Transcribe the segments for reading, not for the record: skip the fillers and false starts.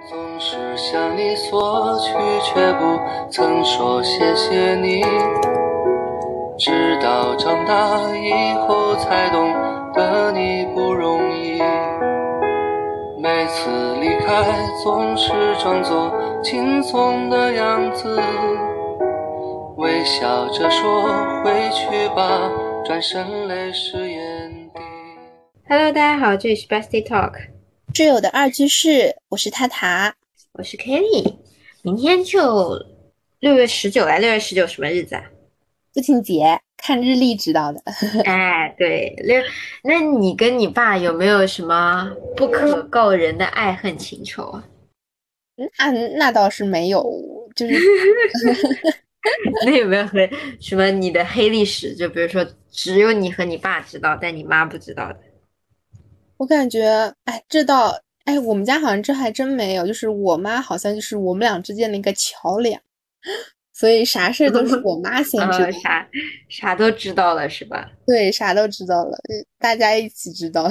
总是向你索取，却不曾说谢谢你。直到长大以后才懂得你不容易。每次离开总是装作轻松的样子，微笑着说回去吧，转身泪湿眼底。 Hello，大家好，这里是 Bestie Talk， 挚友的二居室，我是塔塔， 我是 Kelly。明天就6月19来，6月19什么日子啊？ 父亲节，看日历知道的。 哎，对，那你跟你爸有没有什么不可告人的爱恨情仇啊？ 那倒是没有，就是那有没有和什么你的黑历史？就比如说，只有你和你爸知道，但你妈不知道的。 我感觉，我们家好像这还真没有，就是我妈好像就是我们俩之间的一个桥梁，所以啥事都是我妈先知道， 啥都知道了是吧？ 对，啥都知道了，大家一起知道。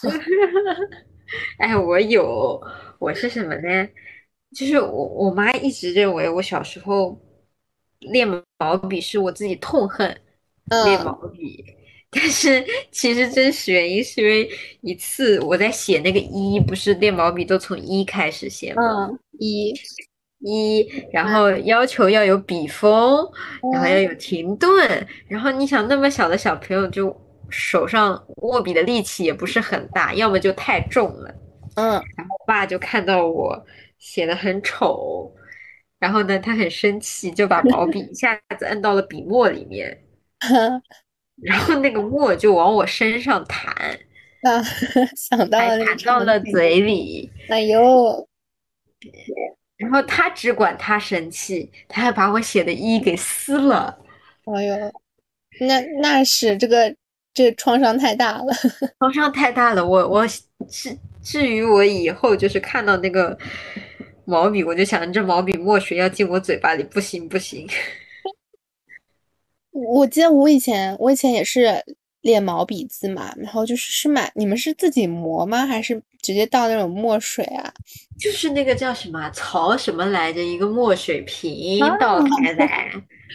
哎，我是什么呢？就是我妈一直认为我小时候练毛笔是我自己痛恨练毛嗯笔，但是其实真实原因是因为一次我在写那个一，不是练毛笔都从一开始写吗？ 嗯， 一，然后要求要有笔锋，然后要嗯有停顿，然后你想那么小的小朋友就手上握笔的力气也不是很大，要么就太重了。 嗯， 然后我爸就看到我写的很丑，然后呢，他很生气，就把毛笔一下子摁到了笔墨里面，然后那个墨就往我身上弹， 啊，想到还了那个弹到了场景， 嘴里。 哎呦， 然后他只管他生气，他还把我写的一给撕了。 哎呦，那是这创伤太大了。 创伤太大了，我至于我以后就是看到那个毛笔，我就想这毛笔墨水要进我嘴巴里，不行不行。 我记得我以前也是练毛笔字嘛，然后是买，你们是自己磨吗？还是直接倒那种墨水啊？ 就是那个叫什么曹什么来着，一个墨水瓶啊， 倒开来。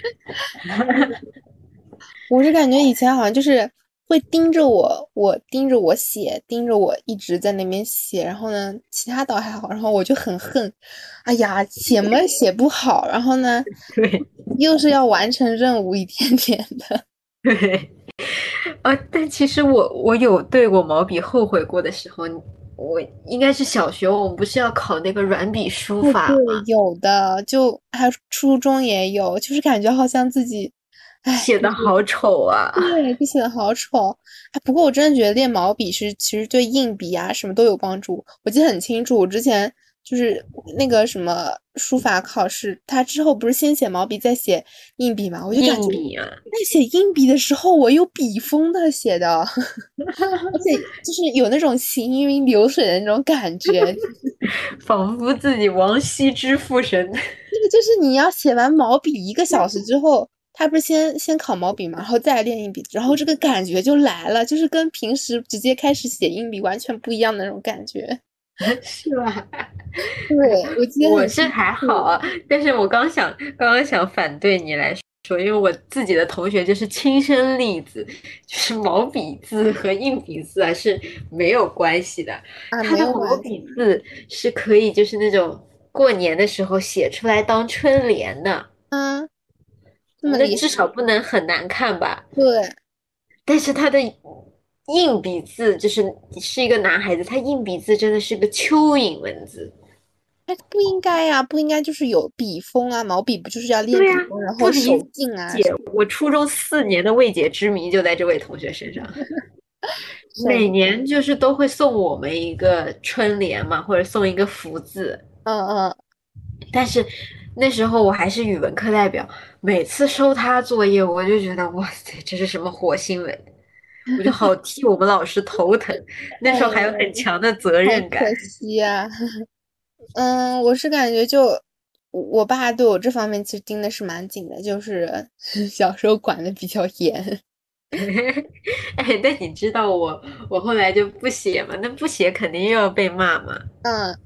我是感觉以前好像就是会盯着我写，盯着我一直在那边写，然后呢，其他倒还好，然后我就很恨，哎呀，写嘛写不好，然后呢， 对又是要完成任务，一点点的。 对，但其实我有对我毛笔后悔过的时候，我应该是小学，我们不是要考那个软笔书哦，对， 法吗？ 有的，就还有初中也有，就是感觉好像自己，哎， 写的好丑啊！ 对，就写的好丑。哎，不过我真的觉得练毛笔其实对硬笔啊什么都有帮助。我记得很清楚，我之前就是那个什么书法考试，它之后不是先写毛笔再写硬笔嘛，我就感觉硬笔啊， 在写硬笔的时候，我有笔锋的写的，而且就是有那种行云流水的那种感觉。 仿佛自己王羲之附身。 那个就是你要写完毛笔1个小时之后，他不是先考毛笔嘛，然后再练硬笔，然后这个感觉就来了，就是跟平时直接开始写硬笔完全不一样的那种感觉。 是吧？ 对，我记得很清我是还好楚。 啊，但是我刚刚想反对你来说，因为我自己的同学就是亲身例子，就是毛笔字和硬笔字还是没有关系的。 啊，没他的毛有关系。 笔字是可以就是那种过年的时候写出来当春联的， 啊，这么那厉害。 至少不能很难看吧？ 对， 但是他的硬笔字是一个男孩子，他硬笔字真的是个蚯蚓文字。 哎，不应该呀，不应该就是有笔锋啊，毛笔不就是要练对呀， 笔锋，然后不理手劲啊解。 什么我初中4年的未解之谜就在这位同学身上。每手劲。 年就是都会送我们一个春联嘛，或者送一个福字。 嗯嗯， 但是那时候我还是语文课代表，每次收他作业，我就觉得哇塞，这是什么活新闻？我就好替我们老师头疼。那哎时候还有很呦， 强的责好任感。 可惜呀。我是感觉就我爸对我这方面其实盯的是蛮紧的，就是小时候管的比较严。 哎，但你知道我后来就不写嘛，那不写肯定又要被骂嘛。 嗯，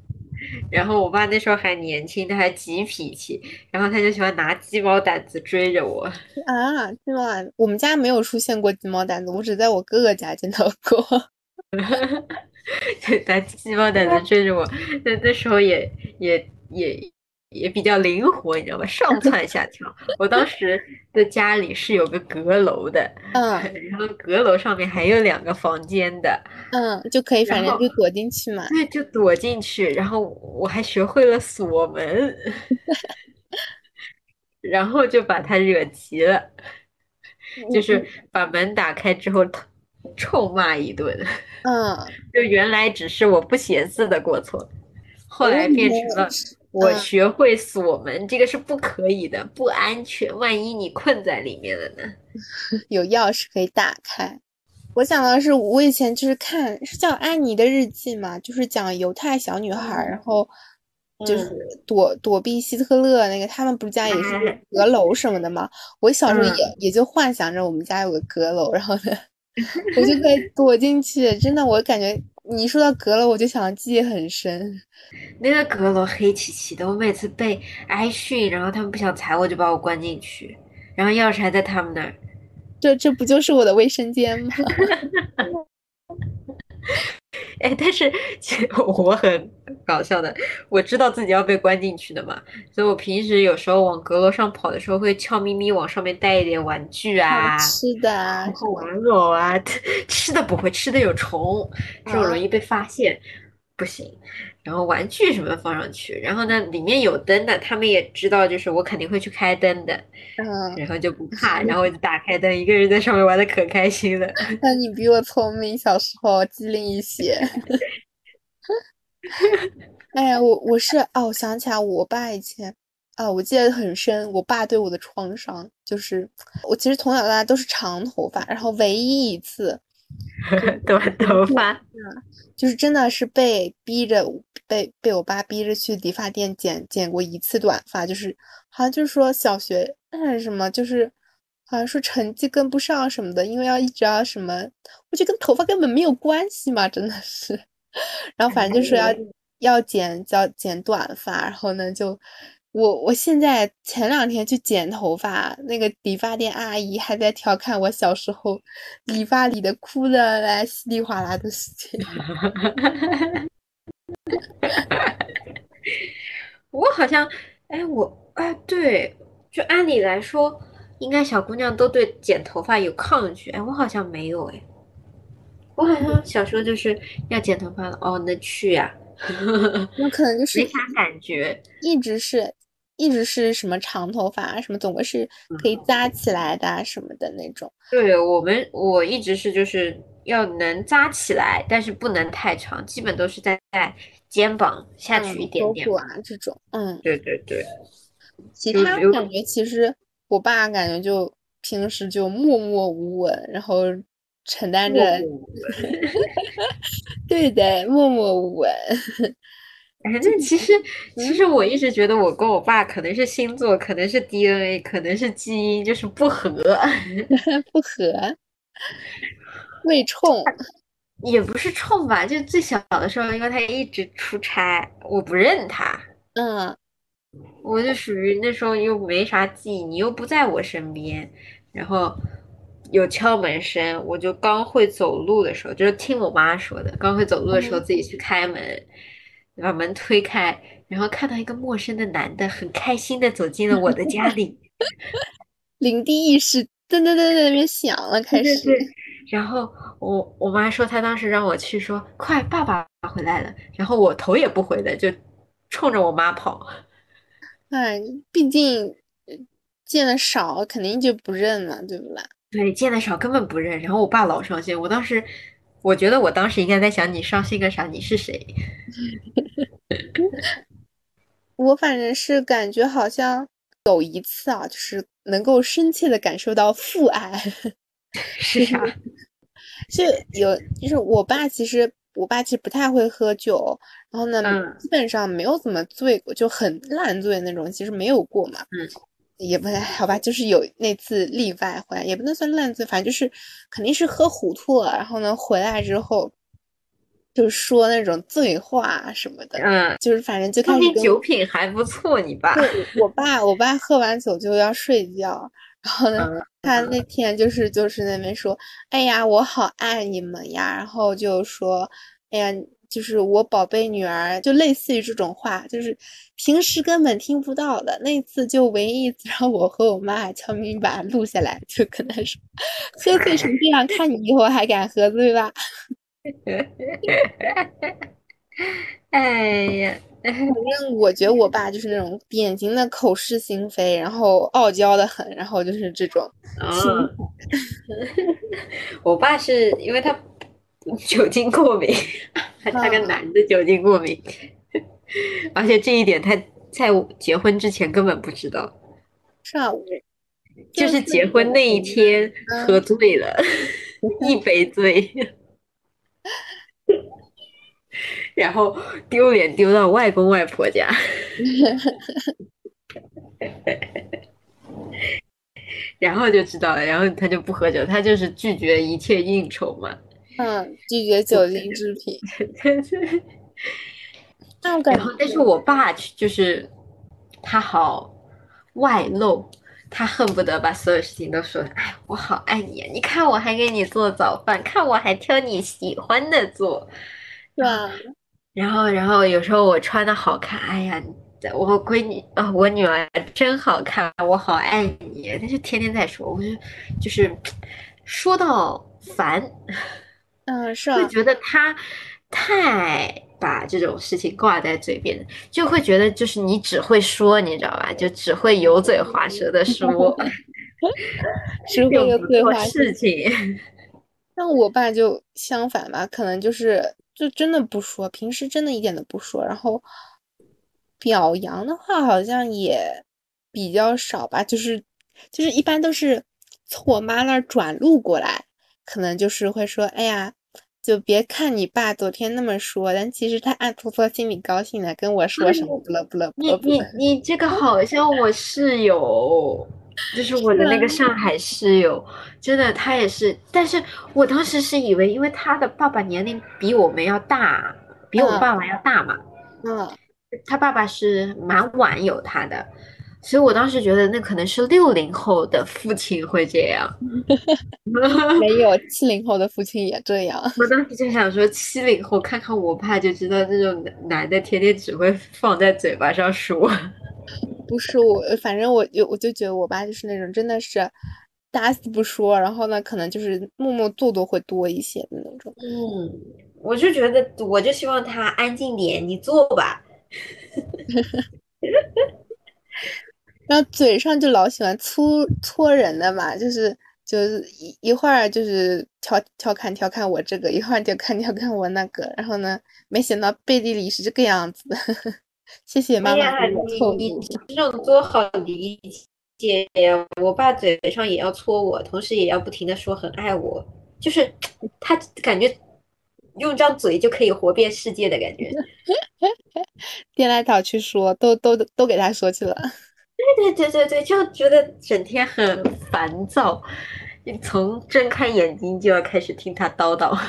然后我爸那时候还年轻，他还急脾气，然后他就喜欢拿鸡毛掸子追着我。 啊，对吗？我们家没有出现过鸡毛掸子，我只在我哥哥家见到过。 拿鸡毛掸子追着我，那时候也比较灵活，你知道吧？上蹿下跳。我当时的家里是有个阁楼的， 嗯然后阁楼上面还有2个房间的， 嗯，就可以，反正然后就躲进去嘛。 对就躲进去，然后我还学会了锁门，然后就把他惹急了，就是把门打开之后臭骂一顿。 嗯， 就原来只是我不嫌字的过错，后来我以前变成了也是。 我学会锁门，这个是不可以的，不安全，万一你困在里面了呢？ 有钥匙可以打开。我想到是我以前就是看是叫《安妮的日记》嘛，就是讲犹太小女孩儿，然后就是嗯躲避希特勒那个，他们不是家也是哎阁楼什么的吗？我小时候也嗯， 也就幻想着我们家有个阁楼，然后呢，我就可以躲进去。真的，我感觉你一说到阁楼，我就想记忆很深。 那个阁楼黑漆漆的，我每次被挨训，然后他们不想踩我，就把我关进去，然后钥匙还在他们那儿。 这不就是我的卫生间吗？ 哎，但是其实我很搞笑的，我知道自己要被关进去的嘛，所以我平时有时候往阁楼上跑的时候，会悄咪咪往上面带一点玩具啊， 吃的啊什么然后玩偶啊，吃的不会，吃的有虫，这种容啊？ 易被发现，不行。然后玩具什么放上去，然后呢，里面有灯的，他们也知道，就是我肯定会去开灯的， 嗯， 然后就不怕，然后我就打开灯，一个人在上面玩的可开心了。 那你比我聪明，小时候机灵一些。哎呀，我是哦，我想起来，我爸以前啊，我记得很深，我爸对我的创伤就是我其实从小到大都是长头发，然后唯一一次短头发， 就是真的是被我爸逼着去理发店剪过一次短发，就是好像就是说小学还是什么，就是好像说成绩跟不上什么的，因为要一直要什么，我觉得跟头发根本没有关系嘛，真的是。然后反正就说要剪短发，然后呢就我现在前2天去剪头发，那个理发店阿姨还在调侃我小时候理发理的哭的来稀里哗啦的事情。 我好像，哎，对，就按理来说，应该小姑娘都对剪头发有抗拒，哎，我好像没有，哎，我好像小时候就是要剪头发了，哦，那去呀、 那可能就是没啥感觉。 一直是一直是什么长头发，什么总归是可以扎起来的啊什么的那种。 对，我一直是就是要能扎起来，但是不能太长，基本都是在肩膀下去一点包括点嘛。 啊这种，嗯。 对对对， 其就有他感觉其实我爸感觉就平时就默默无闻，然后承担着， 默默无闻。 对的，默默无闻。 哎，那其嗯， 实我一直觉得我跟我爸可能是星座，可能是 DNA，可能是基因，就是不合， 不和，胃冲。 也不是冲吧。就最小的时候，因为他一直出差，我不认他， 嗯我就属于那时候又没啥记忆，你又不在我身边，然后有敲门声，我就刚会走路的时候，就是听我妈说的，刚会走路的时候嗯， 自己去开门，把门推开，然后看到一个陌生的男的，很开心的走进了我的家里。 领地意识噔噔噔在那边响了，开始。 对对对，然后我妈说她当时让我去说，快，爸爸回来了，然后我头也不回的就冲着我妈跑。 哎，毕竟见的少，肯定就不认了，对不啦？ 对，见的少根本不认，然后我爸老伤心。我觉得我当时应该在想，你伤心个啥？你是谁？ 我反正是感觉好像有一次啊，就是能够深切的感受到父爱。 是啥？ 是就是我爸其实不太会喝酒，然后呢， 嗯基本上没有怎么醉过，就很烂醉那种，其实没有过嘛， 嗯也不太好吧，就是有那次例外回来，也不能算烂醉，反正就是肯定是喝糊涂了，然后呢，回来之后就说那种醉话什么的，就是反正就开始跟说明酒品还不错，你爸。 对我爸喝完酒就要睡觉，然后呢，他那天就是那边说，哎呀，我好爱你们呀，然后就说，哎呀，就是我宝贝女儿，就类似于这种话，就是平时根本听不到的，那次就唯一一次让我和我妈悄咪咪把它录下来，就跟他说，喝醉成这样，看你以后还敢喝醉吧。 哎呀， 反正我觉得我爸就是那种典型的口是心非，然后傲娇的很，然后就是这种心哦，我爸是因为他酒精过敏，他个啊， 男的酒精过敏，而且这一点他在我结婚之前根本不知道， 上午就是结婚那一天喝嗯， 醉了，一杯醉，然后丢脸丢到外公外婆家，然后就知道了，然后他就不喝酒，他就是拒绝一切应酬嘛。 嗯，拒绝酒精制品。那我感觉， 然后，但是我爸就是他好外露，他恨不得把所有事情都说，哎，我好爱你啊！你看我还给你做早饭，看我还挑你喜欢的做。 是吧？ 然后有时候我穿的好看，哎呀，我闺女啊、我女儿真好看，我好爱你。他就天天在说，就是说到烦， 嗯，是会啊， 觉得他太把这种事情挂在嘴边，就会觉得就是你只会说，你知道吧？就只会油嘴滑舌的说， 只会有又不做对话性。 事情。 那我爸就相反吧，可能就真的不说，平时真的一点都不说，然后表扬的话好像也比较少吧，就是一般都是从我妈那儿转录过来，可能就是会说，哎呀，就别看你爸昨天那么说，但其实他暗搓搓心里高兴的跟我说什么不了不了不你了不了。 你你这个好像我室友，就是我的那个上海室友，真的他也是，但是我当时是以为，因为他的爸爸年龄比我们要大，比我们嗯爸爸要大嘛， 嗯， 他爸爸是蛮晚有他的，所以我当时觉得那可能是60后的父亲会这样。 没有70后的父亲也这样。 我当时就想说，70后看看我爸就知道，这种男的天天只会放在嘴巴上说。 不是我，反正我就觉得我爸就是那种真的是打死不说，然后呢，可能就是默默做会多一些的那种。 嗯，我就觉得，我就希望他安静点，你做吧。 然后嘴上就老喜欢搓人的嘛，就是一会儿就是调侃我这个，一会儿调侃我那个，然后呢，没想到背地里是这个样子的。谢谢妈妈给哎呀， 我你透露。 这种多好理解呀！我爸嘴上也要戳我，同时也要不停的说很爱我，就是他感觉用张嘴就可以活遍世界的感觉。 颠来倒去说，都给他说去了。 对对对对，就觉得整天很烦躁，你从睁开眼睛就要开始听他叨叨。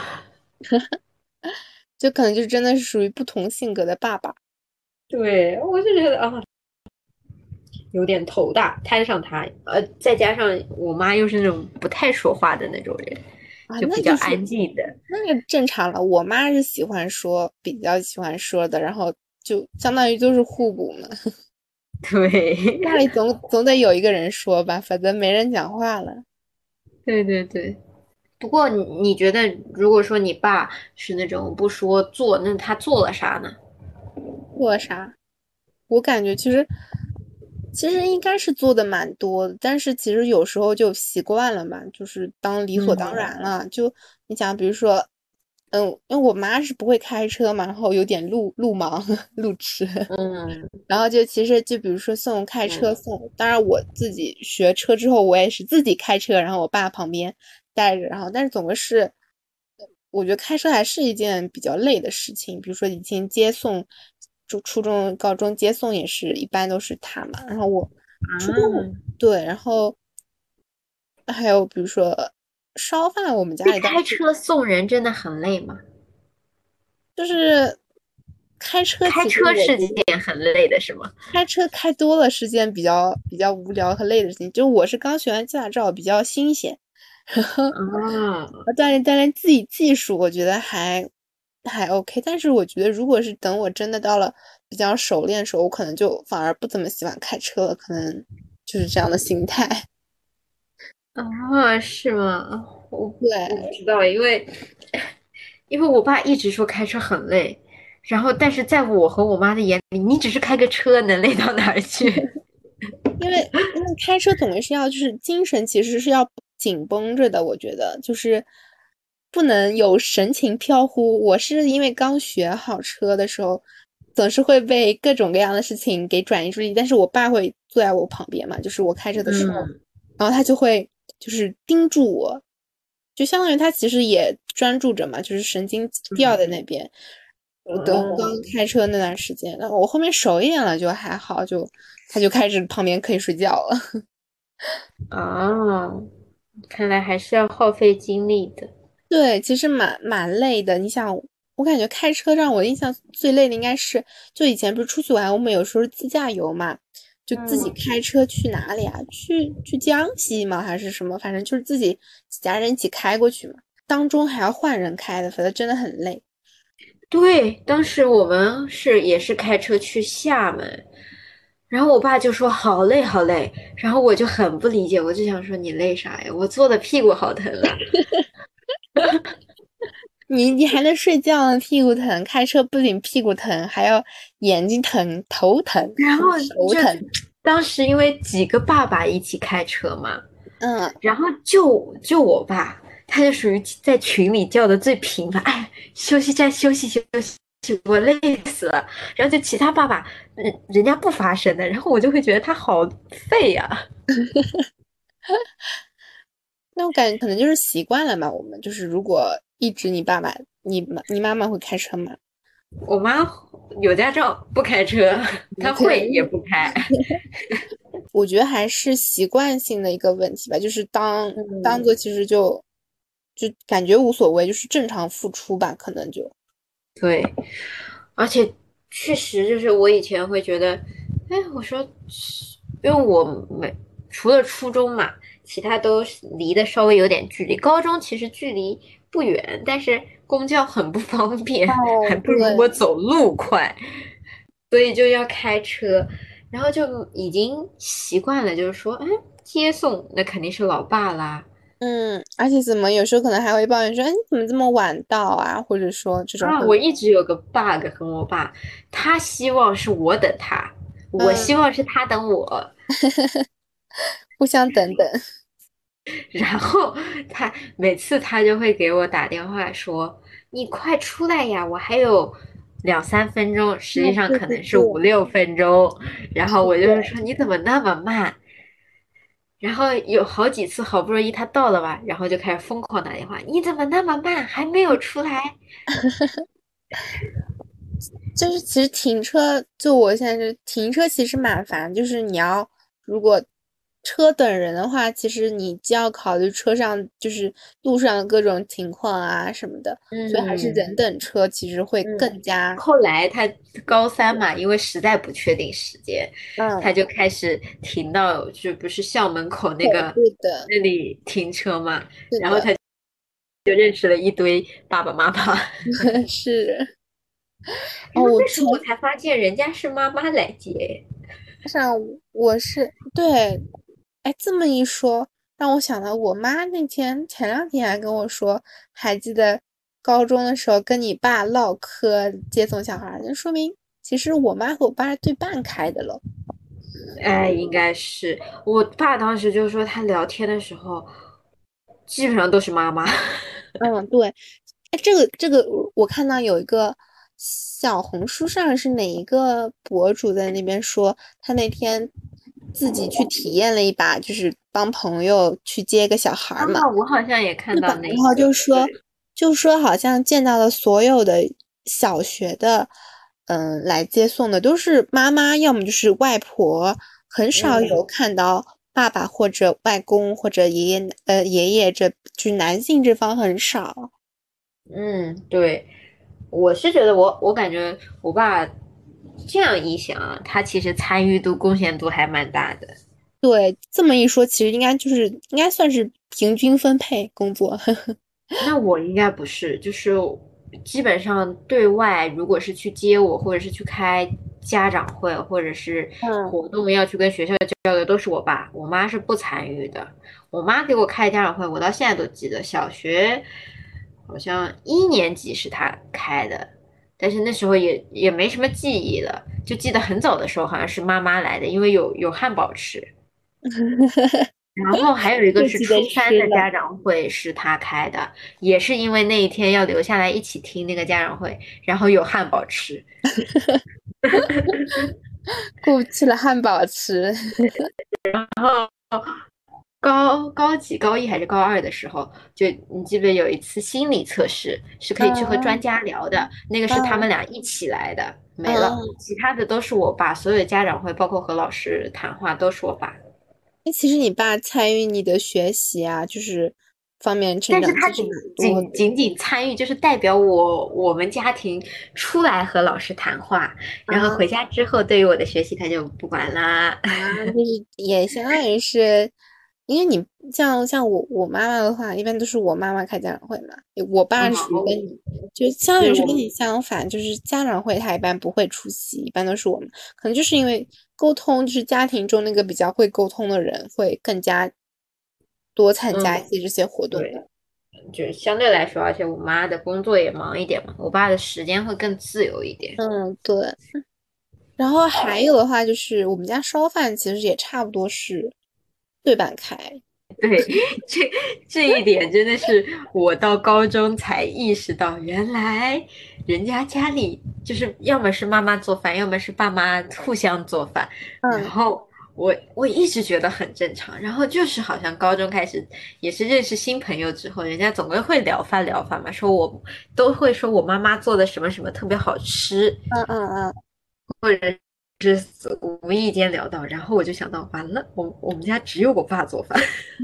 就可能就真的是属于不同性格的爸爸。 对，我就觉得啊，有点头大，摊上他，再加上我妈又是那种不太说话的那种人， 啊， 就比较安静的。 那个正常了。我妈是喜欢说，比较喜欢说的，然后就相当于就是互补嘛。 对， 家里总得有一个人说吧，否则没人讲话了。 对对对。不过你觉得，如果说你爸是那种不说做，那他做了啥呢？ 做啥？我感觉其实应该是做的蛮多的，但是其实有时候就习惯了嘛，就是当理所当嗯然了。就你想，比如说，因为我妈是不会开车嘛，然后有点路盲路痴， 嗯然后就其实就比如说开车嗯送，当然我自己学车之后，我也是自己开车，然后我爸旁边带着，然后但是总归是，我觉得开车还是一件比较累的事情。比如说以前接送，初中、高中接送也是一般都是他嘛，然后我初中啊， 对，然后还有比如说烧饭，我们家里倒是开车送人真的很累吗？ 就是开车，其实开车我觉得是件很累的，是吗？ 开车开多了是件比较无聊和累的事情。就我是刚学完驾照，比较新鲜，然后啊， 锻炼自己技术，我觉得还 OK。但是我觉得，如果是等我真的到了比较熟练的时候，我可能就反而不怎么喜欢开车了，可能就是这样的心态。 啊，是吗？我不对， 知道，因为我爸一直说开车很累，然后但是在我和我妈的眼里，你只是开个车，能累到哪儿去？ 因为开车总归是要就是精神其实是要紧绷着的，我觉得就是不能有神情飘忽。我是因为刚学好车的时候，总是会被各种各样的事情给转移注意力，但是我爸会坐在我旁边嘛，就是我开车的时候， 嗯然后他就会就是盯住我，就相当于他其实也专注着嘛，就是神经掉在那边。等我刚哦开车那段时间，那我后面熟一点了就还好，他就开始旁边可以睡觉了。 啊，看来还是要耗费精力的。 对，其实蛮累的。你想，我感觉开车让我印象最累的应该是，就以前不是出去玩，我们有时候自驾游嘛，就自己嗯， 开车去哪里啊？去江西吗？还是什么？反正就是自己几家人一起开过去嘛，当中还要换人开的，否则真的很累。 对，当时我们也是开车去厦门，然后我爸就说好累好累，然后我就很不理解，我就想说你累啥呀？我坐的屁股好疼啊。 你还能睡觉呢，屁股疼，开车不仅屁股疼，还要眼睛疼、头疼、 然后就手疼。 当时因为几个爸爸一起开车嘛， 嗯， 然后就我爸，他就属于在群里叫的最频繁，哎，休息站休息休息，我累死了。然后就其他爸爸，人家不发声的，然后我就会觉得他好废呀、 那我感觉可能就是习惯了嘛。我们就是如果一直你妈妈会开车吗？ 我妈有驾照不开车，她会也对， 不开。 我觉得还是习惯性的一个问题吧，就是当做嗯， 其实就感觉无所谓，就是正常付出吧，可能就对，而且确实就是我以前会觉得，哎，我说，因为我除了初中嘛，其他都是离得稍微有点距离。高中其实距离不远，但是公交很不方便，还哦， 不如我对， 走路快，所以就要开车，然后就已经习惯了，就是说，哎，接送那肯定是老爸啦。 而且怎么有时候可能还会抱怨说，哎，你怎么这么晚到啊？或者说这种啊， 会， 我一直有个 bug 和我爸，他希望是我等他，我希嗯， 望是他等我。 互相等等， 然后每次他就会给我打电话说：“你快出来呀，我还有2、3分钟，实际哦， 上对对可能是五对， 六分钟。”然后我就是对， 说：“你怎么那么慢？”然后有好几次好不容易他到了吧，然后就开始疯狂打电话：“你怎么那么慢，还没有出来？” 就是其实停车，就我现在是停车，其实蛮烦。就是你要如果车等人的话，其实你既要考虑车上就是路上的各种情况啊什么的，所以还是嗯。 人等车其实会更嗯， 加后来他高三嘛，因为实在不确定时间， 嗯， 他就开始停到就不是校门口那个对的， 那里停车嘛， 是的， 然后他就认识了一堆爸爸妈妈， 是。哦， 然后我前那时候我才发现人家是妈妈来接， 上我是对，哎，这么一说，让我想到我妈那天前2天还跟我说，还记得高中的时候跟你爸唠嗑接送小孩儿，那说明其实我妈和我爸是对半开的了。 哎，应该是我爸当时就说他聊天的时候基本上都是妈妈， 嗯，对，哎，这个我看到有一个小红书上是哪一个博主在那边说，他那天自己去体验了一把，就是帮朋友去接个小孩啊， 儿嘛。 我好像也看到那然后就个， 说， 对， 就说好像见到的所有的小学的，来接送的都是妈妈，要么就是外婆，很少有嗯看到爸爸或者外公或者爷爷这，就是男性这方很少。 嗯，对。 我是觉得我感觉我爸这样一想啊，他其实参与度、贡献度还蛮大的。 对，这么一说，其实应该算是平均分配工作。 那我应该不是，就是基本上对外，如果是去接我，或者是去开家长会，或者是嗯， 活动要去跟学校交流，都是我爸，我妈是不参与的。我妈给我开家长会，我到现在都记得，小学好像1年级是她开的，但是那时候也没什么记忆了，就记得很早的时候好像是妈妈来的，因为有汉堡吃。然后还有一个是就记得初三的吃了。 家长会是他开的，也是因为那一天要留下来一起听那个家长会，然后有汉堡吃。 过不去了汉堡吃。 高几高一还是高二的时候，就你记不记得有一次心理测试是可以去和专嗯家聊的，那个是他们嗯俩一起来的，没了， 嗯。 其他的都是我爸，所有的家长会包括和老师谈话都是我爸。 那其实你爸参与你的学习啊，就是方面成但是长，其实他仅蛮多的。 仅仅仅参与，就是代表我们家庭出来和老师谈话，然后啊回家之后对于我的学习他就不管啦。 啊，就是也相当于是，因为你像我妈妈的话，一般都是我妈妈开家长会嘛，我爸嗯， 是属于跟你，就相当对我于是跟你相反，就是家长会他一般不会出席，一般都是我们，可能就是因为沟通，就是家庭中那个比较会沟通的人会更加多参加一嗯些这些活动吧。 对，就是相对来说，而且我妈的工作也忙一点嘛，我爸的时间会更自由一点。 嗯，对。然后还有的话就是我们家烧饭其实也差不多是对半开。 对，这这一点真的是我到高中才意识到，原来人家家里就是要么是妈妈做饭，要么是爸妈互相做饭。然嗯， 后我一直觉得很正常，然后就是好像高中开始也是认识新朋友之后，人家总归会聊饭嘛，说我都会说我妈妈做的什么什么特别好吃， 嗯嗯嗯。 是无意间聊到，然后我就想到，完了，我们家只有我爸做饭。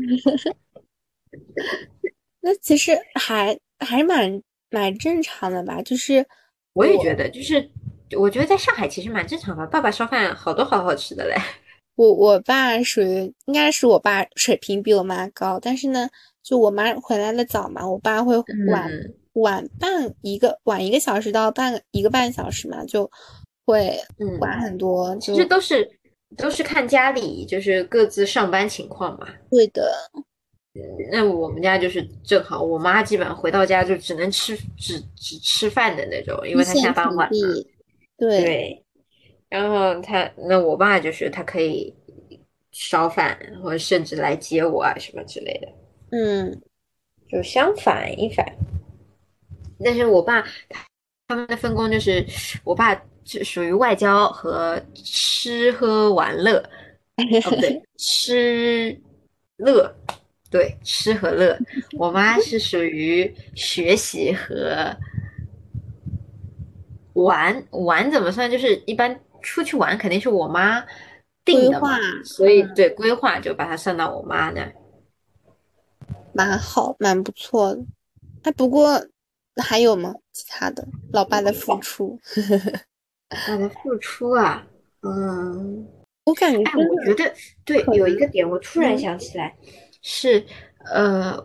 那其实还蛮正常的吧，就是我我也觉得，就是我觉得在上海其实蛮正常的，爸爸烧饭好多好好吃的嘞。 我爸属于应该是我爸水平比我妈高，但是呢，就我妈回来的早嘛，我爸会嗯晚一个小时到一个半小时嘛，就会晚嗯， 很多， 其实就都是看家里就是各自上班情况嘛。 对的。 那我们家就是正好，我妈基本上回到家就只能只吃饭的那种，因为她下一线班晚嘛。 体力。对。 对，然后那我爸就是他可以烧饭，或者甚至来接我啊什么之类的， 嗯。 就相反一反。但是我爸他们的分工就是，我爸是属于外交和吃喝玩乐，哦不对，吃乐，对，吃和乐。我妈是属于学习和玩怎么算？就是一般出去玩肯定是我妈定规划。 的嘛，所以对规划就把它算到我妈那儿。 蛮好，蛮不错的。哎，不过还有吗？其他的，老爸的付出。 爸的付出啊，嗯。 我感觉哎， 真的我觉得对， 可能。 有一个点我突然嗯。 想起来，是呃，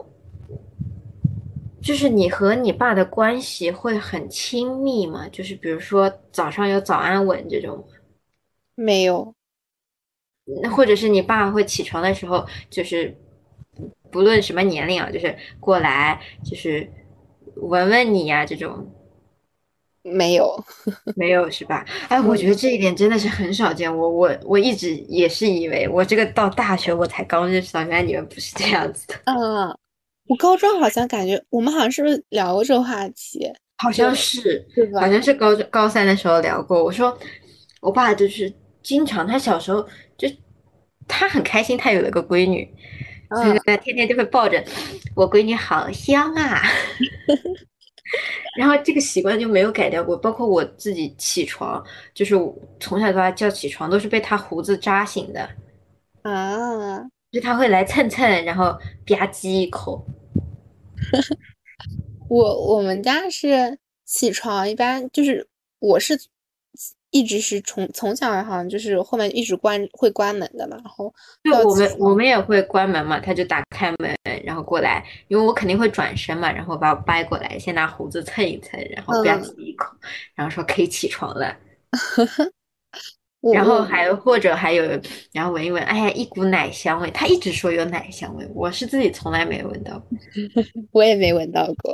就是你和你爸的关系会很亲密吗？就是比如说早上有早安吻这种， 没有。 那或者是你爸会起床的时候，就是不论什么年龄啊，就是过来就是闻闻你呀、这种。 没有。 没有是吧？哎，我觉嗯。 得这一点真的是很少见。我一直也是以为我这个到大学我才刚认识到，原来你们不是这样子的。 啊，我高中好像感觉我们好像是不是聊过这个话题？ 好就像是， 对吧？ 好像是高三的时候聊过。我说我爸就是经常，他小时候就他很开心，他有了个闺女，所以嗯。 他天天就会抱着我闺女，好香啊。然后这个习惯就没有改掉过，包括我自己起床，就是我从小到大叫起床都是被他胡子扎醒的， 啊， 就他会来蹭蹭，然后吧唧一口。 我们家是起床一般就是我是一直是从小好像就是后面一直会关门的嘛，然后就到我们也会关门嘛，他就打开门，然后过来，因为我肯定会转身嘛，然后把我掰过来，先拿胡子蹭一蹭，然后吧唧一口，然后说可以起床了。然后我或者还有，然后闻一闻，哎呀，一股奶香味。他一直说有奶香味，我是自己从来没闻到过。 我也没闻到过，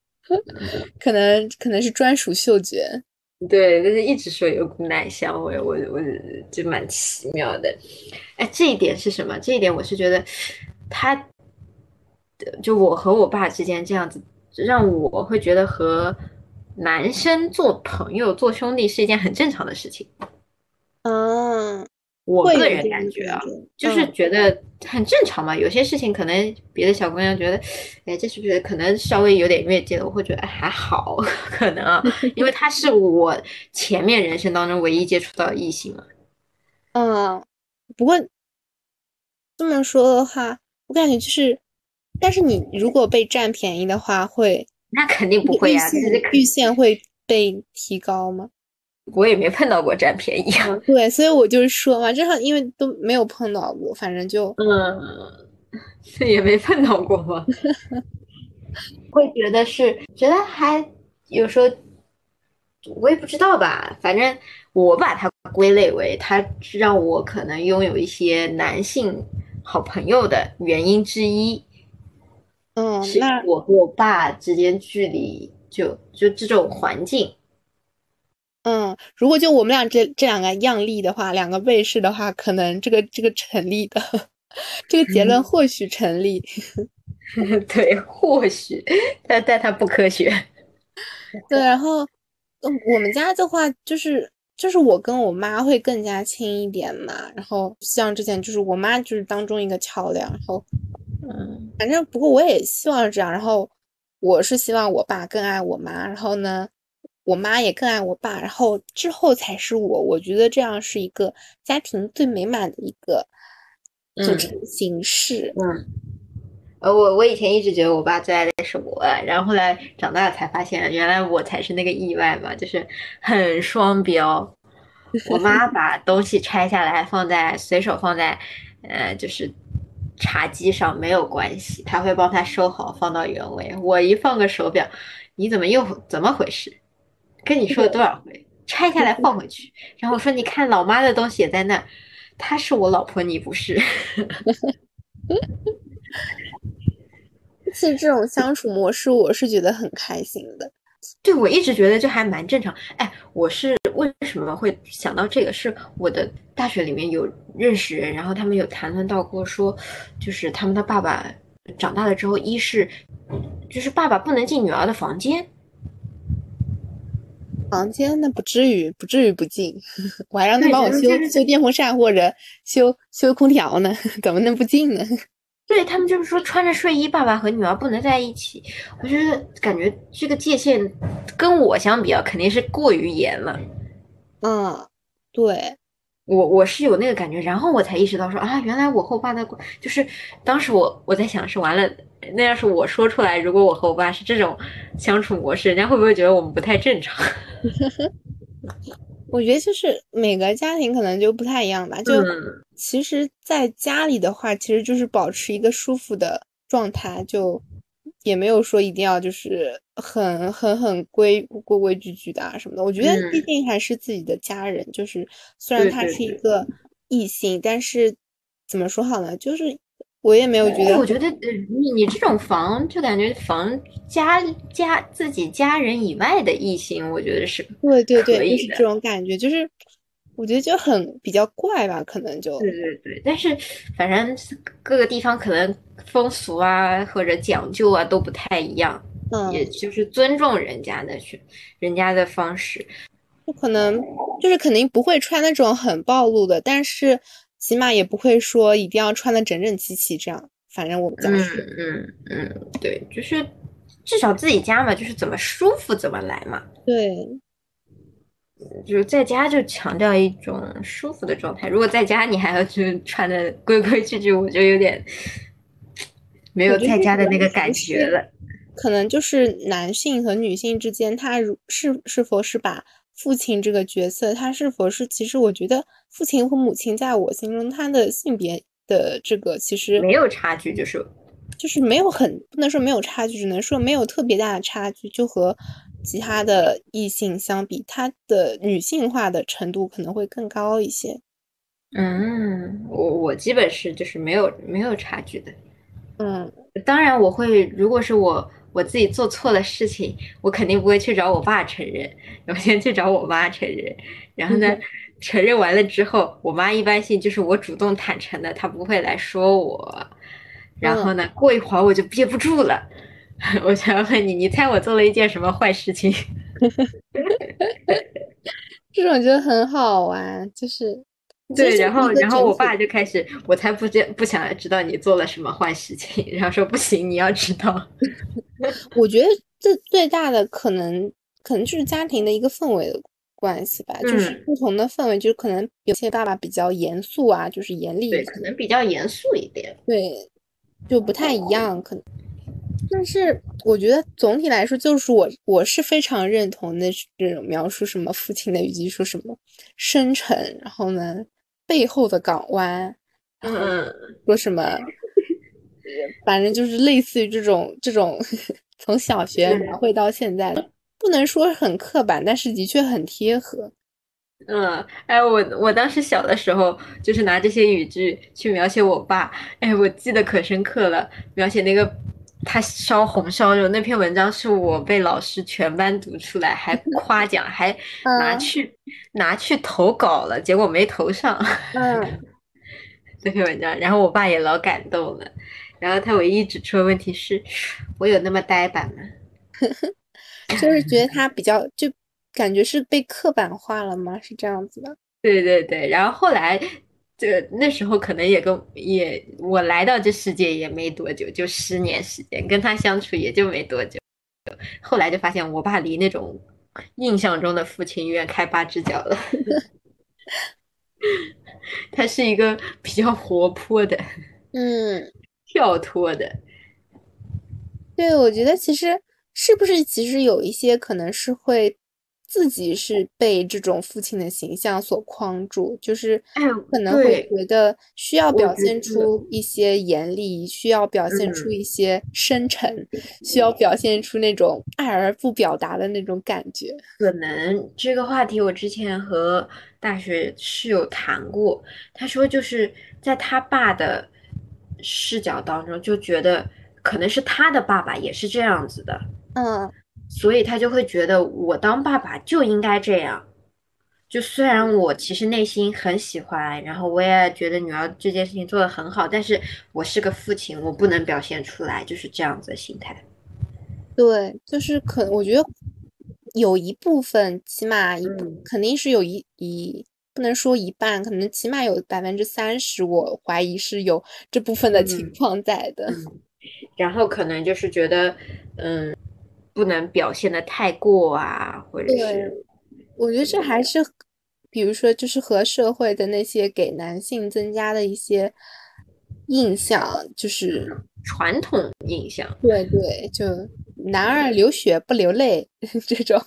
可能是专属嗅觉。 对，但是一直说有股奶香味，我就蛮奇妙的。哎，这一点是什么？这一点我是觉得他，就我和我爸之间这样子，让我会觉得和男生做朋友、做兄弟是一件很正常的事情。 嗯， 我个人会有这种感觉啊， 感觉。 就是觉得很正常嘛。有些事情可能别的小姑娘觉得，哎，这是不是可能稍微有点越界了？我会觉得，哎，还好，可能啊，因为他是我前面人生当中唯一接触到的异性嘛。 嗯，不过这么说的话，我感觉就是，但是你如果被占便宜的话，会那肯定那个预不会呀、这是限预限会被提高吗？ 我也没碰到过占便宜啊。 嗯，对，所以我就是说嘛，正好因为都没有碰到过，反正就嗯，也没碰到过嘛。会觉得还有时候我也不知道吧，反正我把它归类为它让我可能拥有一些男性好朋友的原因之一， 嗯， 是因为那我和我爸之间距离就这种环境。 如果就我们俩这两个样例的话，两个卫士的话，可能这个成立的，这个结论或许成立。 对，或许，但它不科学。 对，然后，我们家的话就是我跟我妈会更加亲一点嘛，然后像之前就是我妈就是当中一个桥梁，然后嗯， 反正不过我也希望是这样，然后我是希望我爸更爱我妈，然后呢，我妈也更爱我爸，然后之后才是我，我觉得这样是一个家庭最美满的一个组成嗯形式。 嗯。我以前一直觉得我爸最爱的是我，然后后来长大了才发现，原来我才是那个意外嘛，就是很双标。我妈把东西拆下来随手放在，就是茶几上没有关系，她会帮他收好放到原位。我一放个手表，你怎么回事？跟你说了多少回？拆下来放回去。然后我说你看老妈的东西也在那儿，她是我老婆，你不是。 其实这种相处模式，我是觉得很开心的。 对，我一直觉得这还蛮正常。哎，我是为什么会想到这个？是我的大学里面有认识人，然后他们有谈论到过说，就是他们的爸爸长大了之后，就是爸爸不能进女儿的房间。 房间那不至于，不至于不进，我还让他对， 帮我就是修电风扇或者修空调呢，怎么能不进呢？ 对他们就是说穿着睡衣，爸爸和女儿不能在一起。我觉得感觉这个界限跟我相比啊，肯定是过于严了。 嗯，对， 我是有那个感觉，然后我才意识到说啊，原来我和我爸的就是当时我在想是完了，那要是我说出来，如果我和我爸是这种相处模式，人家会不会觉得我们不太正常？ 我觉得就是每个家庭可能就不太一样吧。就嗯其实，在家里的话，其实就是保持一个舒服的状态，就也没有说一定要就是很规规矩矩的啊什么的。我觉得毕嗯， 竟还是自己的家人，就是虽然他对对对。 是一个异性，但是怎么说好呢？就是我也没有觉对， 得我觉得，你这种防就感觉防自己家人以外的异性，我觉得是对对对，就是这可以的。 种感觉，就是我觉得就很比较怪吧，可能就对对对，但是反正各个地方可能风俗啊或者讲究啊都不太一样，也嗯。 就是尊重人家的方式。 不可能就是肯定不会穿那种很暴露的，但是起码也不会说一定要穿的整整齐齐这样。反正我们家嗯是， 对，就是至少自己家嘛，就是怎么舒服怎么来嘛。 对， 就是在家就强调一种舒服的状态，如果在家你还要去穿的规规矩矩，我就有点没有我觉得在家的那个主要还感觉是了。 可能就是男性和女性之间，他是否是把父亲这个角色，他是否是，其实我觉得父亲和母亲在我心中，他的性别的这个其实没有差距， 就是没有不能说没有差距，只能说没有特别大的差距，就和其他的异性相比，他的女性化的程度可能会更高一些。 我基本是就是没有差距的。 嗯当然，我会，如果是我自己做错了事情，我肯定不会去找我爸承认，我先去找我妈承认。然后呢，承认完了之后，我妈一般性就是我主动坦诚的，她不会来说我。然后嗯， 呢，过一会儿我就憋不住了，我就要问你，你猜我做了一件什么坏事情？ 这种就很好玩，就是其实对，然后就是一个然后我爸整体。 就开始，我才不想知道你做了什么坏事情，然后说不行，你要知道。 我觉得这最大的可能就是家庭的一个氛围的关系吧，就是嗯， 不同的氛围，就是可能有些爸爸比较严肃啊，就是严厉对， 一些， 可能比较严肃一点。 对，就不太一样，可能。但是我觉得总体来说，就是我是非常认同的这种描述，什么父亲的语气，说什么深沉，然后呢背后的港湾，然后嗯， 说什么，反正就是类似于这种从小学描绘到现在的，不能说很刻板，但是的确很贴合。 哎，我当时小的时候，就是拿这些语句去描写我爸，哎，我记得可深刻了。描写那个他烧红烧肉那篇文章，是我被老师全班读出来，还夸奖，还拿嗯去拿去投稿了，结果没投上。 嗯， 这篇文章，然后我爸也老感动了，然后他唯一指出的问题是，我有那么呆板吗？ 就是觉得他比较就感觉是被刻板化了吗？是这样子的。 对对对，然后后来，那时候可能我来到这世界也没多久，就10年时间，跟他相处也就没多久，后来就发现我爸离那种印象中的父亲远开8只脚了，他是一个比较活泼的、 嗯。 跳脱的， 对，我觉得是不是有一些可能是会自己是被这种父亲的形象所框住，就是哎， 可能会对， 觉得需要我表现觉得， 出一些严厉，需要表现出嗯。 一些深沉，需要表现出那种爱而不表达的那种感觉。 可能这个话题我之前和大学室友谈过，他说就是在他爸的视角当中，就觉得可能是他的爸爸也是这样子的， 嗯， 所以他就会觉得我当爸爸就应该这样。就虽然我其实内心很喜欢，然后我也觉得女儿这件事情做得很好，但是我是个父亲，我不能表现出来，就是这样子的心态。 对，就是我觉得有一部分，起码嗯肯定是有不能说一半，可能起码有30%，我怀疑是有这部分的情嗯况在的。 嗯。然后可能就是觉得，不能表现的太过啊，或者对， 是我觉得这还是，比如说，就是和社会的那些给男性增加的一些印象，就是传统印象。 对对，就男儿流血不流泪这种。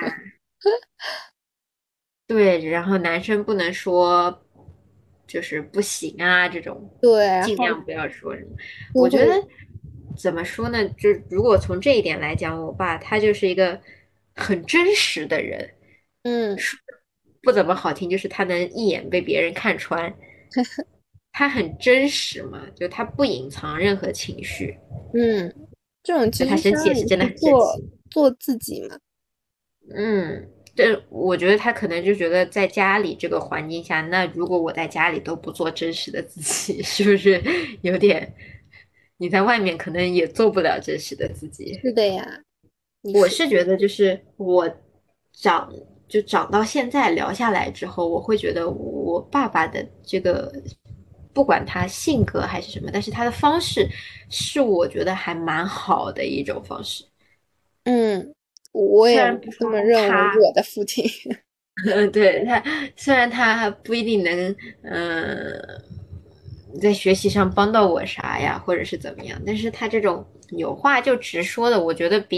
对，然后男生不能说就是不行啊，这种对，然后尽量不要说什么。我觉得就会， 怎么说呢？就如果从这一点来讲，我爸他就是一个很真实的人， 嗯说不怎么好听，就是他能一眼被别人看穿。他很真实嘛，就他不隐藏任何情绪， 嗯，这种其就他实相生气也是真的当于是很生气。 做自己嘛。 这我觉得他可能就觉得在家里这个环境下，那如果我在家里都不做真实的自己，是不是有点？你在外面可能也做不了真实的自己。 是的呀，你我说， 是觉得，就是长长到现在聊下来之后，我会觉得我爸爸的这个，不管他性格还是什么，但是他的方式是我觉得还蛮好的一种方式。 嗯，我虽也然不说这么认为他， 我的父亲。 对他，虽然他不一定能，嗯、 在学习上帮到我啥呀，或者是怎么样。但是他这种有话就直说的，我觉得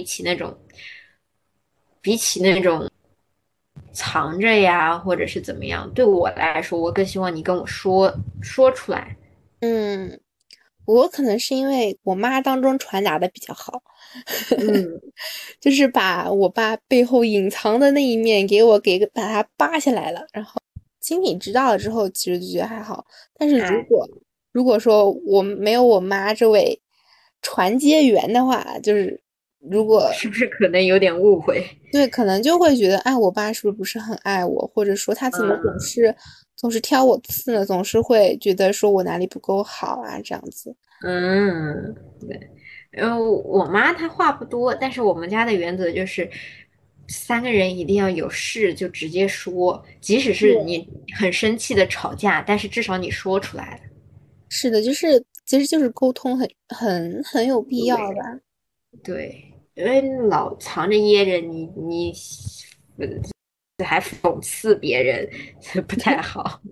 比起那种藏着呀，或者是怎么样，对我来说，我更希望你跟我说出来。 嗯，我可能是因为我妈当中传达的比较好， 嗯， 就是把我爸背后隐藏的那一面给把它扒下来了，然后心里知道了之后，其实就觉得还好。但是如哎， 果如果说我没有我妈这位传接员的话，就是如果是不是可能有点误会？ 对，可能就会觉得，哎，我爸是不是很爱我，或者说他怎么嗯总是挑我刺呢？总是会觉得说我哪里不够好啊，这样子。 嗯，对。我妈她话不多，但是我们家的原则就是三个人一定要有事就直接说，即使是对， 你很生气的吵架，但是至少你说出来了。 是的，其实就是沟通很有必要对吧。 对，因为老藏着掖着，你还讽刺别人，不太好。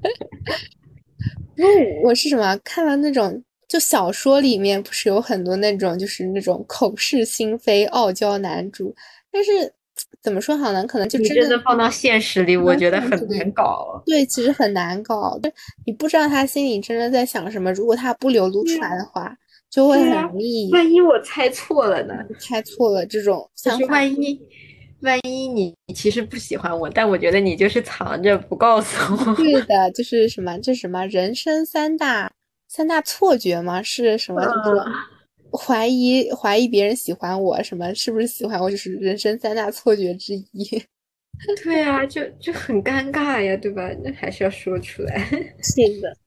不过我是什么看了那种就小说里面不是有很多那种就是那种口是心非、傲娇男主，但是怎么说好呢？可能就你真的真的放到现实里，我放觉得现实里， 很难搞。 对，其实很难搞，就你不知道他心里真的在想什么。如果他不流露出对呀， 来的话，就会很对呀， 容易万一我猜错了呢？ 猜错了这种就是想法。 万一你其实不喜欢我，但我觉得你就是藏着不告诉我。 对的，就是什么，这什么人生三大错觉吗？是什么？就是嗯， 怀疑别人喜欢我，什么是不是喜欢我，就是人生三大错觉之一。 对啊，就很尴尬呀，对吧？那还是要说出来。 是的，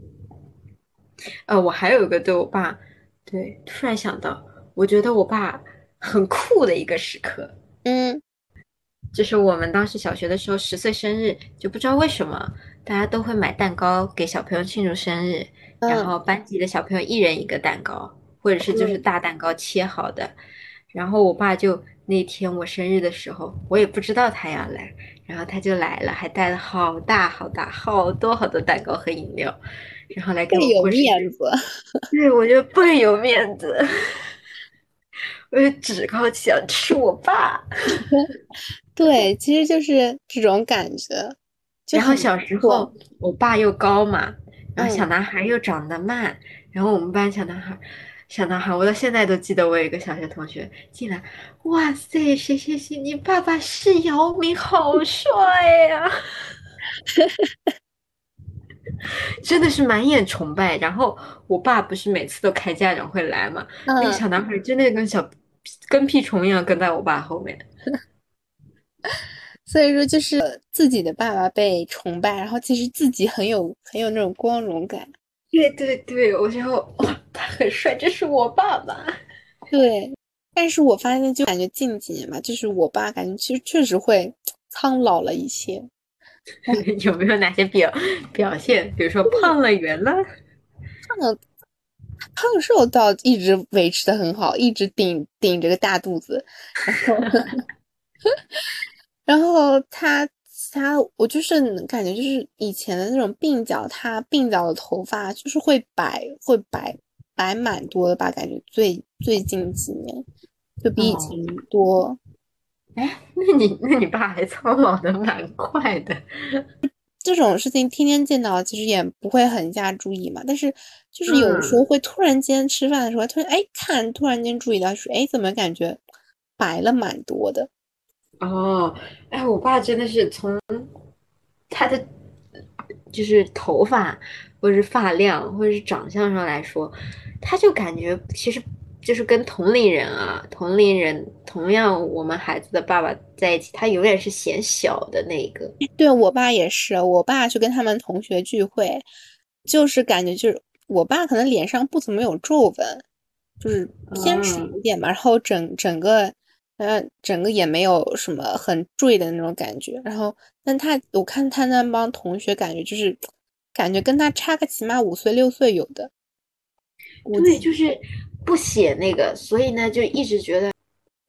我还有一个对我爸，对，突然想到，我觉得我爸很酷的一个时刻， 嗯就是我们当时小学的时候10岁生日，就不知道为什么大家都会买蛋糕给小朋友庆祝生日，然嗯后班级的小朋友一人一个蛋糕，或者是就是嗯， 大蛋糕切好的，然后我爸就那天我生日的时候，我也不知道他要来，然后他就来了，还带了好大好大好多好多蛋糕和饮料，然后来给我更有过生日。 面子。 对，我觉得倍有面子，我就趾高气扬，这是我爸。 对，其实就是这种感觉，就很不然后小时错。 候我爸又高嘛，然后小嗯， 男孩又长得慢，然后我们班小男孩，我到现在都记得，我有一个小学同学进来，哇塞，谁谁谁，你爸爸是姚明，好帅呀！真的是满眼崇拜。然后我爸不是每次都开家长会来嘛，那个嗯， 小男孩真的跟屁虫一样跟在我爸后面。 所以说就是自己的爸爸被崇拜，然后其实自己很有那种光荣感。 对对对，我就哇，他很帅，这是我爸爸。 对，但是我发现就感觉近几年吧，就是我爸感觉其实确实会苍老了一些。 有没有哪些表现？比如说胖了、圆了？ 胖瘦倒一直维持的很好，一直顶着个大肚子，然后我就是感觉就是以前的那种鬓角，他鬓角的头发就是会白蛮多的吧，感觉最近几年就比以前哦， 多。 哎，那你爸还苍老的蛮快的。 这种事情天天见到，其实也不会很加注意嘛。但是就是有的时候嗯， 会突然间吃饭的时候，突然间注意到说，哎，怎么感觉白了蛮多的？ 哦，哎，我爸真的是从他的就是头发，或者是发量，或者是长相上来说，他就感觉其实就是跟同龄人同样我们孩子的爸爸在一起，他永远是显小的那个。 对，我爸也是，我爸去跟他们同学聚会，就是感觉就是我爸可能脸上不怎么有皱纹，就是偏少嗯， 一点吧，然后整个也没有什么很坠的那种感觉，然后我看他那帮同学感觉跟他差个起码5岁6岁有的，估对， 计。 就是不写那个，所以呢，就一直觉得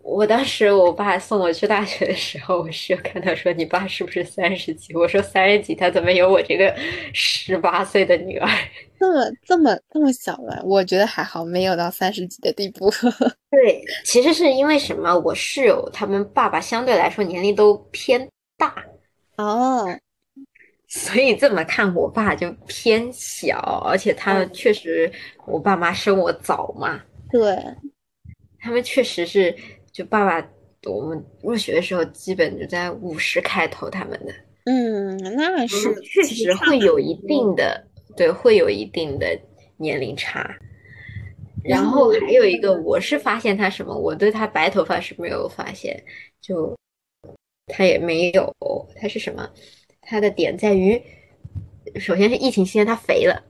我当时我爸送我去大学的时候，我室友看他说你爸是不是30几？我说30几，他怎么有我这个18岁的女儿？ 这么小了，我觉得还好，没有到30几的地步。 对，其实是因为什么？我室友他们爸爸相对来说年龄都偏大， 哦， 所以这么看我爸就偏小，而且他嗯， 确实，我爸妈生我早嘛， 对， 他们确实是就爸爸我们入学的时候基本就在50开头他们的。 嗯，那是确其实实会差很有一定多。 的，对，会有一定的年龄差。 然后， 然后还有一个，我是发现他什么，我对他白头发是没有发现，就他也没有，他是什么？他的点在于，首先是疫情期间他肥了，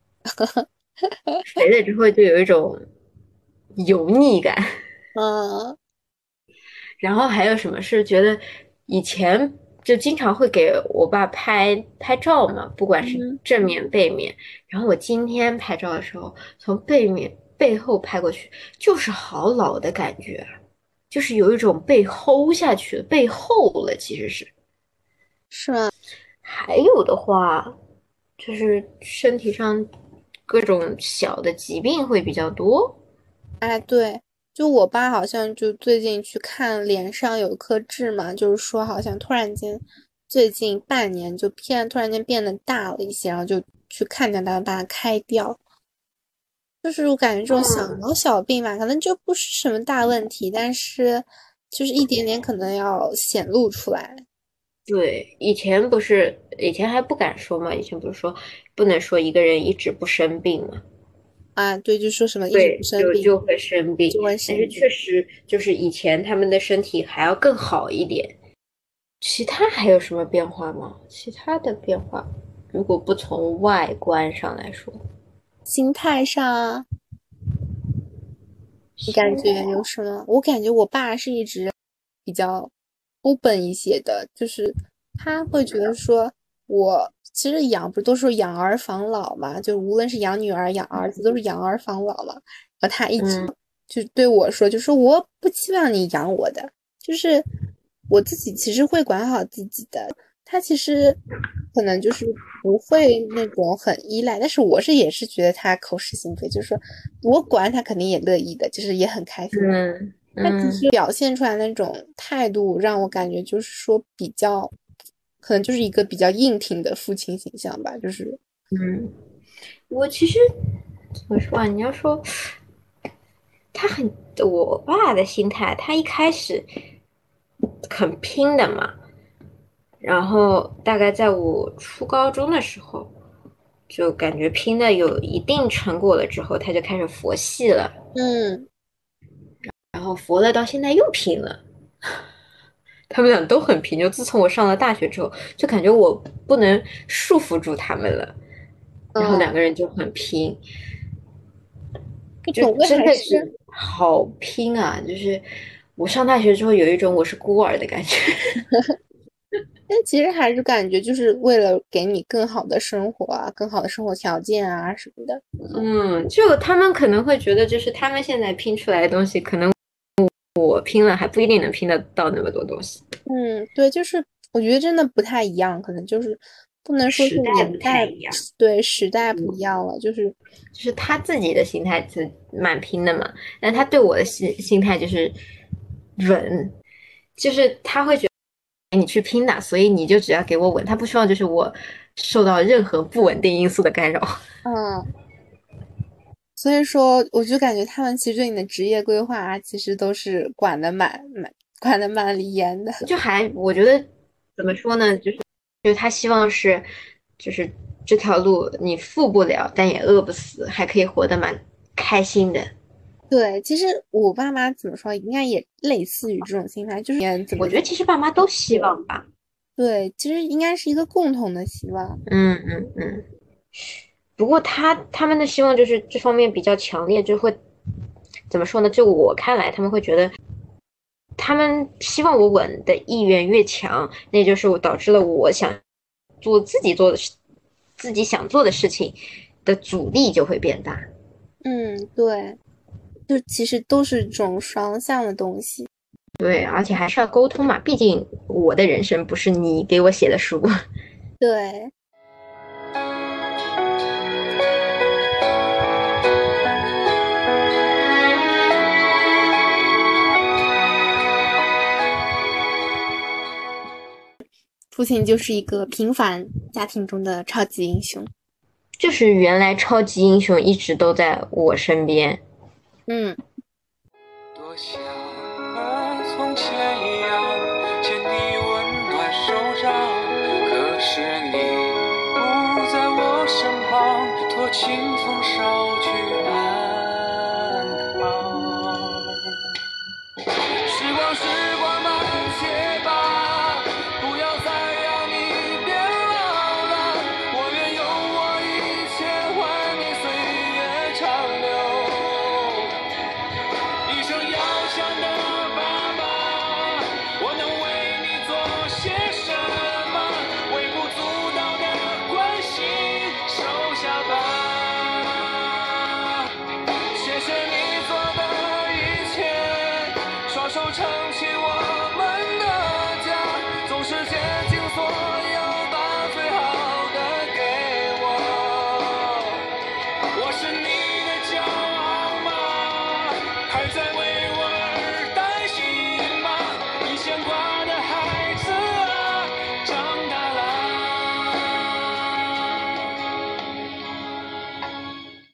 肥了之后就有一种油腻感。 嗯然后还有什么是觉得以前就经常会给我爸拍拍照嘛，不管是嗯， 正面背面。然后我今天拍照的时候，从背后拍过去，就是好老的感觉，就是有一种被齁下去，被齁了，其实是。 是吗？ 还有的话，就是身体上各种小的疾病会比较多。 哎，对，就我爸好像就最近去看脸上有一颗痣嘛，就是说好像突然间最近半年就突然间变得大了一些，然后就去看见他把它开掉。就是我感觉这种小嗯， 毛小病吧，可能就不是什么大问题，但是就是一点点可能要显露出来。 对，以前还不敢说嘛，以前不是说不能说一个人一直不生病嘛， 啊，对，就说什么一直不对， 生病就会生病， 就会但是生病。 确实就是以前他们的身体还要更好一点。其他还有什么变化吗？其他的变化，如果不从外观上来说， 心态上啊，你感心觉有什么？我感觉我爸是一直比较 open 一些的，就是他会觉得说，我其实养不是都说养儿防老嘛，就无论是养女儿养儿子都是养儿防老嘛。然后他一直嗯就对我说，就说我不期望你养我的，就是我自己其实会管好自己的。他其实可能就是不会那种很依赖，但是也是觉得他口是心非，就是说我管他肯定也乐意的，就是也很开心。 嗯他其嗯实表现出来那种态度，让我感觉就是说比较，可能就是一个比较硬挺的父亲形象吧，就是嗯，我其实怎么说啊？你要说他很，我爸的心态，他一开始很拼的嘛，然后大概在我初高中的时候，就感觉拼的有一定成果了之后，他就开始佛系了， 嗯， 然后佛了到现在又拼了。他们俩都很拼，就自从我上了大学之后，就感觉我不能束缚住他们了，然后两嗯， 个人就很拼，就总归真的还是， 是好拼啊！就是我上大学之后有一种我是孤儿的感觉。 但其实还是感觉就是为了给你更好的生活啊，更好的生活条件啊什么的。 嗯，就他们可能会觉得，就是他们现在拼出来的东西，可能我拼了还不一定能拼得到那么多东西。 嗯，对，就是我觉得真的不太一样，可能就是不能说是时代不年代， 太一样， 对，时代不一嗯， 样了，就是就是他自己的心态是蛮拼的嘛，但他对我的心态就是忍，就是他会觉得你去拼的，所以你就只要给我稳，他不希望就是我受到任何不稳定因素的干扰。 嗯。所以说，我就感觉他们其实对你的职业规划啊，其实都是管得蛮离严的。 就还我觉得怎么说呢，就是他希望是就是这条路你富不了，但也饿不死，还可以活得蛮开心的。 对，其实我爸妈怎么说，应该也类似于这种心态，就是怎么说？ 我觉得其实爸妈都希望吧。 对，其实应该是一个共同的希望。 嗯嗯嗯。不过他们的希望就是这方面比较强烈，就会怎么说呢？就我看来，他们会觉得他们希望我稳的意愿越强，那就是我导致了我想做的事，自己想做的事情的阻力就会变大。 嗯，对，就其实都是这种双向的东西。 对，而且还是要沟通嘛，毕竟我的人生不是你给我写的书。 对。父亲就是一个平凡家庭中的超级英雄。 就是原来超级英雄一直都在我身边。 多想和从前一样牵你温暖手掌，可是你不在我身旁，托清风捎去安